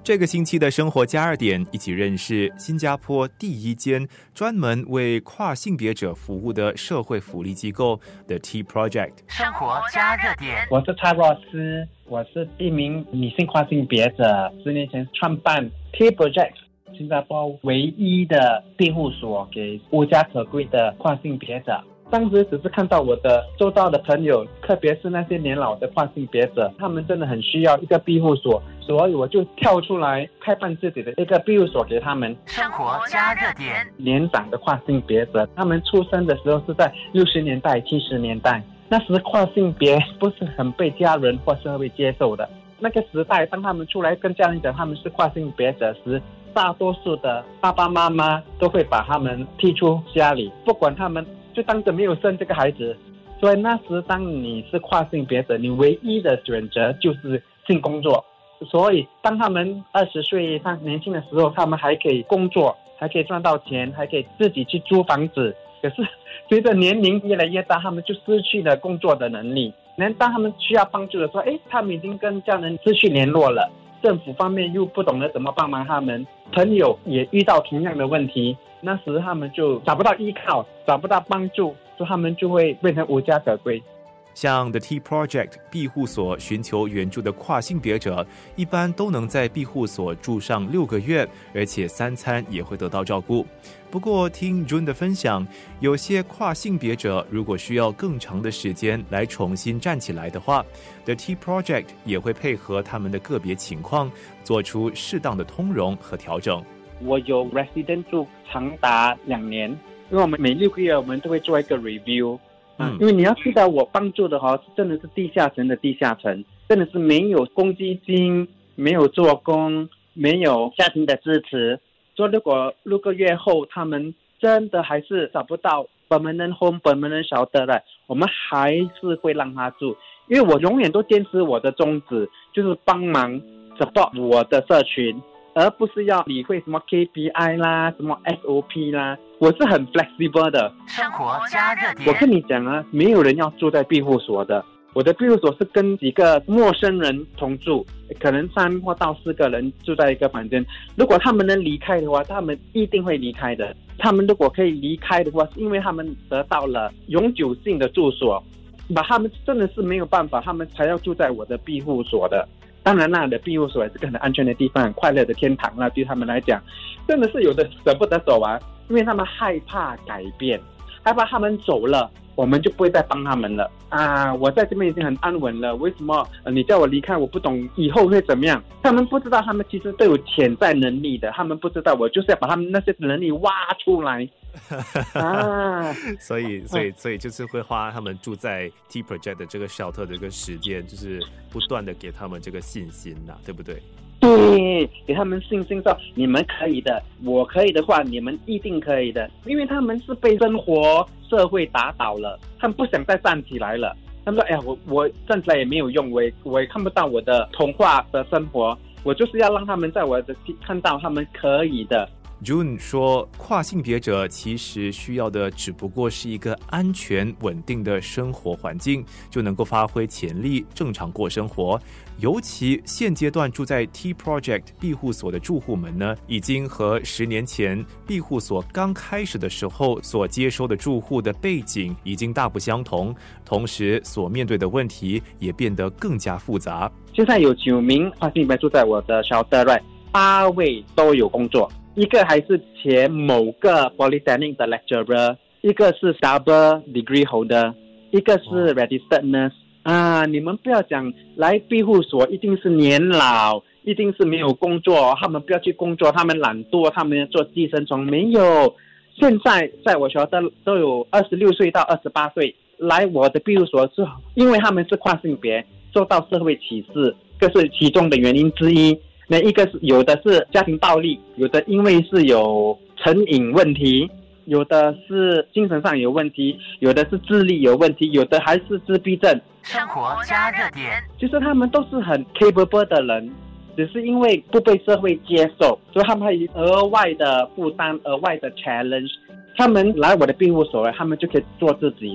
这个星期的生活加热点，一起认识新加坡第一间专门为跨性别者服务的社会福利机构 The T Project。 生活加热点， 我是蔡若思，我是一名女性跨性别者，10年前创办 T Project， 新加坡唯一的庇护所给无家可归的跨性别者。当时只是看到我的周遭的朋友，特别是那些年老的跨性别者，他们真的很需要一个庇护所，所以我就跳出来开办自己的一个庇护所给他们。 生活加热点， 年长的跨性别者，他们出生的时候是在60年代、70年代，那时跨性别不是很被家人或社会接受的。那个时代，当他们出来跟家人讲他们是跨性别者时，大多数的爸爸妈妈都会把他们踢出家里，不管他们，就当着没有生这个孩子。所以那时当你是跨性别者，你唯一的选择就是性工作。所以当他们20岁他年轻的时候，他们还可以工作，还可以赚到钱，还可以自己去租房子。可是随着年龄越来越大，他们就失去了工作的能力。当他们需要帮助的时候，他们已经跟家人失去联络了，政府方面又不懂得怎么帮忙他们，朋友也遇到同样的问题，那时他们就找不到依靠，找不到帮助，所以他们就会变成无家可归。 向 The T Project 庇护所寻求援助的跨性别者，一般都能在庇护所住上6个月，而且3餐也会得到照顾。不过听 June 的分享，有些跨性别者如果需要更长的时间来重新站起来的话， The T Project 也会配合他们的个别情况，做出适当的通融和调整。 我有 resident 住长达2年，因为我们每6个月我们都会做一个 review。因为你要知道我帮助的真的是地下层的地下层，真的是没有公积金，没有做工，没有家庭的支持。所以如果6个月后他们真的还是找不到 permanent home permanent shelter 了，我们还是会让他住。因为我永远都坚持我的宗旨，就是帮忙 support 我的社群，而不是要理会什么 KPI 啦，什么 SOP 啦。我是很 flexible 的。 生活加热点， 我跟你讲啊，没有人要住在庇护所的。我的庇护所是跟几个陌生人同住，可能3或到4个人住在一个房间。如果他们能离开的话，他们一定会离开的。他们如果可以离开的话，是因为他们得到了永久性的住所，他们真的是没有办法，他们才要住在我的庇护所的。当然啦，的庇护所也是个很安全的地方，很快乐的天堂啦，对他们来讲真的是有的舍不得走啊，因为他们害怕改变，害怕他们走了我们就不会再帮他们了啊！我在这边已经很安稳了，为什么你叫我离开？我不懂以后会怎么样。他们不知道，他们其实都有潜在能力的，他们不知道，我就是要把他们那些能力挖出来啊！ 所以就是会花他们住在 T Project 的这个 shelter 的一个时间，就是不断的给他们这个信心啦，对不对？ 对，给他们信心说你们可以的，我可以的话你们一定可以的。因为他们是被生活社会打倒了，他们不想再站起来了。他们说我站起来也没有用，我也看不到我的童话的生活，我就是要让他们在我的看到他们可以的。 June 说，跨性别者其实需要的只不过是一个安全稳定的生活环境，就能够发挥潜力，正常过生活。尤其现阶段住在 T Project 庇护所的住户们呢，已经和10年前庇护所刚开始的时候所接收的住户的背景已经大不相同，同时所面对的问题也变得更加复杂。 现在有9名跨性别住在我的 shelter， 8位都有工作。一个还是前某个 Polytechnic 的 lecturer， 一个是 double degree holder， 一个是 registered nurse。你们不要讲来庇护所一定是年老，一定是没有工作，他们不要去工作，他们懒惰，他们要做寄生虫，没有。现在在我学校都有26岁到28岁来我的庇护所，是因为他们是跨性别，受到社会歧视，这是其中的原因之一。那一个是有的是家庭暴力，有的因为是有成瘾问题，有的是精神上有问题，有的是智力有问题，有的还是自闭症。 生活加热点， 就是他们都是很 capable 的人，只是因为不被社会接受，所以他们会额外的负担，额外的 challenge。他们来我的庇护所，他们就可以做自己了。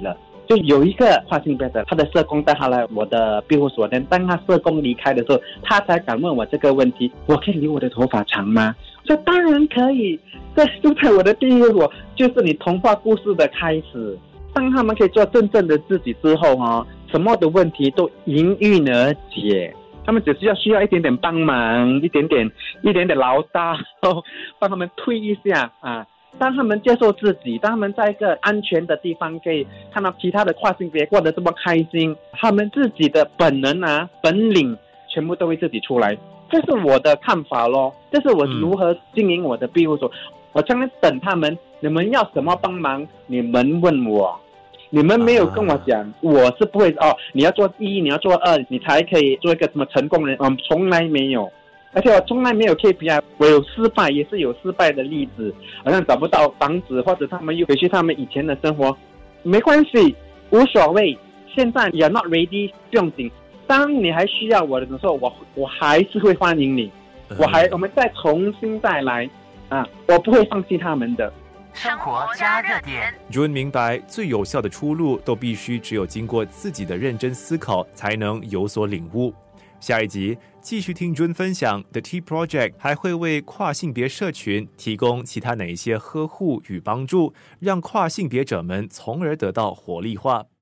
就有一个跨性别者，他的社工带他来我的庇护所，当他社工离开的时候，他才敢问我这个问题：我可以留我的头发长吗？我说当然可以。就在我的庇护所，就是你童话故事的开始。当他们可以做真正的自己之后什么的问题都迎刃而解。他们只需要一点点帮忙，一点点唠叨，帮他们推一下啊。当他们接受自己，当他们在一个安全的地方可以看到其他的跨性别过得这么开心，他们自己的本能本领全部都会自己出来。这是我的看法咯，这是我如何经营我的庇护所。我将来等他们，你们要什么帮忙，你们问我。你们没有跟我讲，我是不会你要做1，你要做2，你才可以做一个什么成功人。从来没有，而且我从来没有 KPI， 我有失败，也是有失败的例子，好像找不到房子，或者他们又回去他们以前的生活，没关系，无所谓。现在 you're not ready， 不用紧。当你还需要我的时候，我还是会欢迎你，我们再重新再来我不会放弃他们的。 生活加热点。 June 明白，最有效的出路都必须只有经过自己的认真思考，才能有所领悟。下一集继续听 June 分享 The T Project 还会为跨性别社群提供其他哪一些呵护与帮助，让跨性别者们从而得到活力化。